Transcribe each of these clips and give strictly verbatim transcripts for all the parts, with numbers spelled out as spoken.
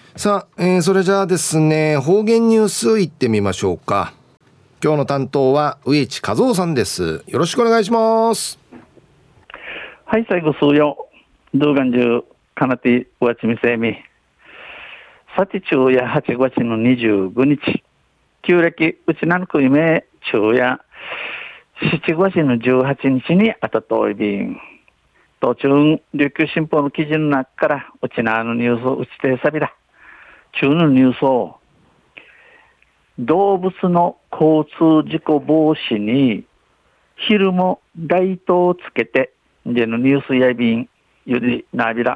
さあ、えー、それじゃあですね、方言ニュースいってみましょうか。今日の担当は植地和夫さんです。よろしくお願いします。 はい、最後数よ動画中かなてわちみせみさて昼夜はちがつのにじゅうごにち旧暦うちなんくいめ昼夜しちがつのじゅうはちにちにあたといびん途中琉球新報の記事の中からうちなのニュースを打ちてさびら中のニュースを動物の交通事故防止に昼もライトをつけてでのニュースやびんゆりなびら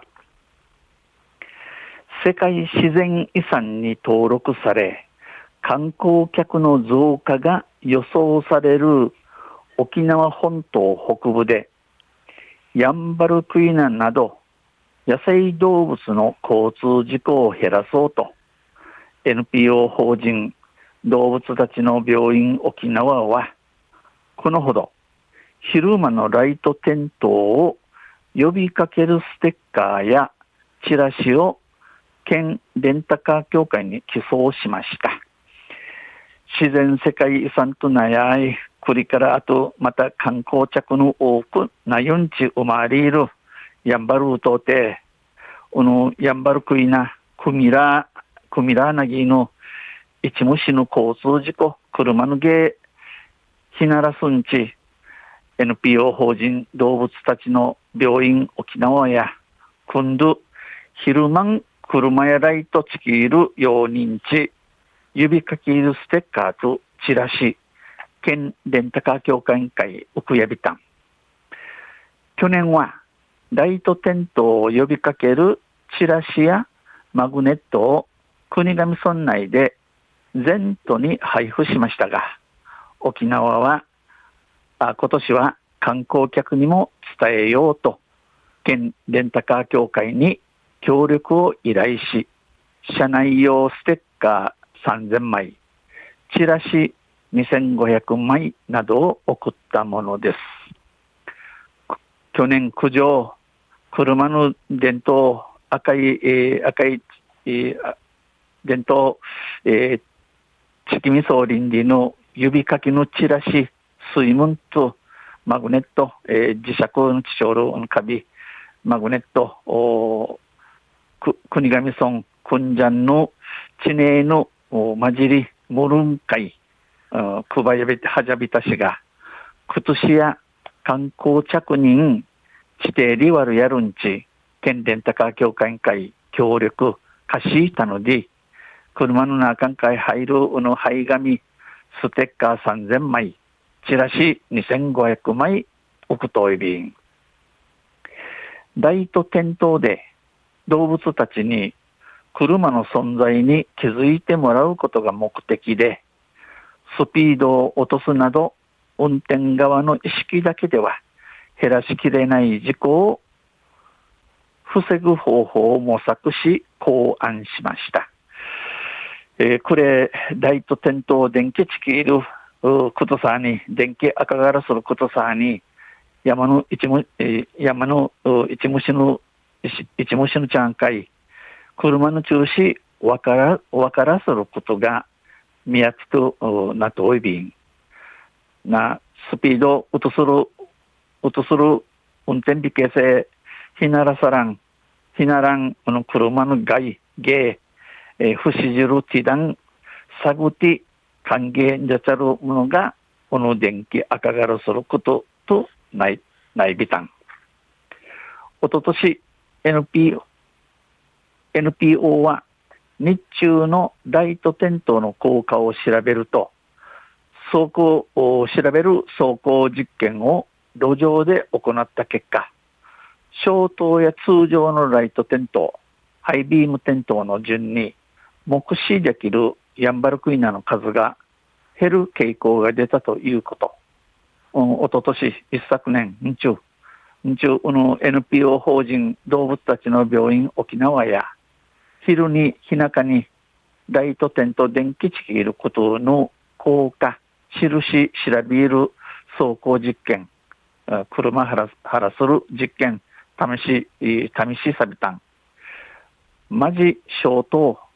世界自然遺産に登録され観光客の増加が予想される沖縄本島北部でヤンバルクイナなど野生動物の交通事故を減らそうと エヌピーオー 法人動物たちの病院沖縄はこのほど昼間のライト点灯を呼びかけるステッカーやチラシを県レンタカー協会に寄贈しました。自然世界遺産となやいこれからあとまた観光客の多くなゆんち生まれるやんばるうとうてこのやんばるクイナクミラクミラなぎの一無しの交通事故車のゲーひならすんちエヌピーオー 法人動物たちの病院沖縄や今度昼間車やライトチキール用人地指かきるステッカーとチラシ県レンタカー協会委員会ウクヤビタン去年はライト点灯を呼びかけるチラシやマグネットを国頭村内で全都に配布しましたが沖縄はあ今年は観光客にも伝えようと県レンタカー協会に協力を依頼し車内用ステッカーさんぜんまいチラシにせんごひゃくまいなどを送ったものです。去年九条車の伝統赤い、えー、赤い、えー、伝統、えー、チキミソーリンディの指かきのチラシ水門とマグネット、えー、磁石のチショールのカビマグネットお国頭村くんじゃんの地名の混じりモルンカイくばやびはじゃびたしが靴下や観光着人指定リワルやるんち県レンタカー協会委員会協力貸ししたので車の中に入るの灰紙ステッカーさんぜんまいチラシにせんごひゃくまい送といびんライト点灯で動物たちに車の存在に気づいてもらうことが目的でスピードを落とすなど運転側の意識だけでは減らしきれない事故を防ぐ方法を模索し考案しました。えー、これライト点灯電気チキールことさに電気赤ガラスのことさに山の一む、えー、山の一虫の一虫のちゃんかい車の中止わからわからすることが見やつとなとおいびんなスピード落とする落とする運転美形性ひならさらんひならんこの車の外ゲー、えー、不死汁ティダンサグティ歓迎じゃちゃるものがこの電気赤ガラスることとないないびたんおととし エヌピーオー エヌピーオー は日中のライト点灯の効果を調べると走行を調べる走行実験を路上で行った結果消灯や通常のライト点灯ハイビーム点灯の順に目視できるヤンバルクイナの数が減る傾向が出たということ、うん、おととし一昨年んちゅうんちゅうの エヌピーオー 法人動物たちの病院沖縄や昼に日中にライト点と電気チキることの効果印調べる走行実験車はらはらする実験試し試しさびたんマジ消灯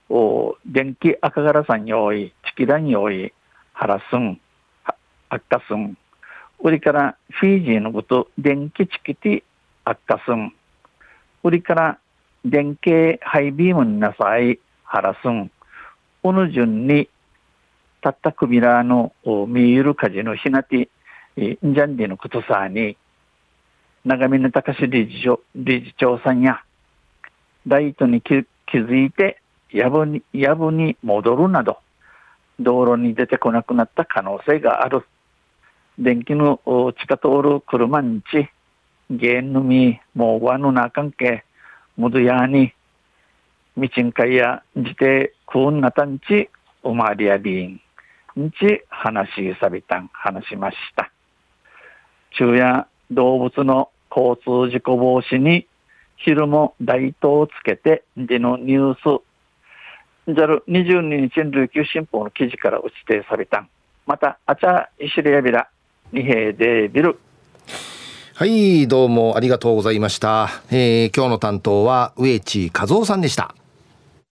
お電気赤柄さん用意、チキラン用意、ハラスン、アッカスン、売りからフィジーのこと、電気チキティ、アッカスン、売りから電気ハイビームなさい、ハラスン、この順に、たったくびらの見ゆるかじのひなて、んじゃんでのことさに、長峰隆理事長、理事長さんや、ライトに気づいて、やぶに、やぶに戻るなど、道路に出てこなくなった可能性がある。電気の地下通る車んち、ゲーヌミ、もうわぬな関係、むどやに、みちんかいや、じて、くんなたんち、おまわりやびん、んち、話しさびたん、話しました。昼夜、動物の交通事故防止に、昼も大灯をつけて、でのニュース、ジャルにじゅうににち琉球新報の記事から打ち定されたん。また、あちゃいしれやびら、にへいでビル。 はい、どうもありがとうございました。えー、今日の担当は植地和夫さんでした。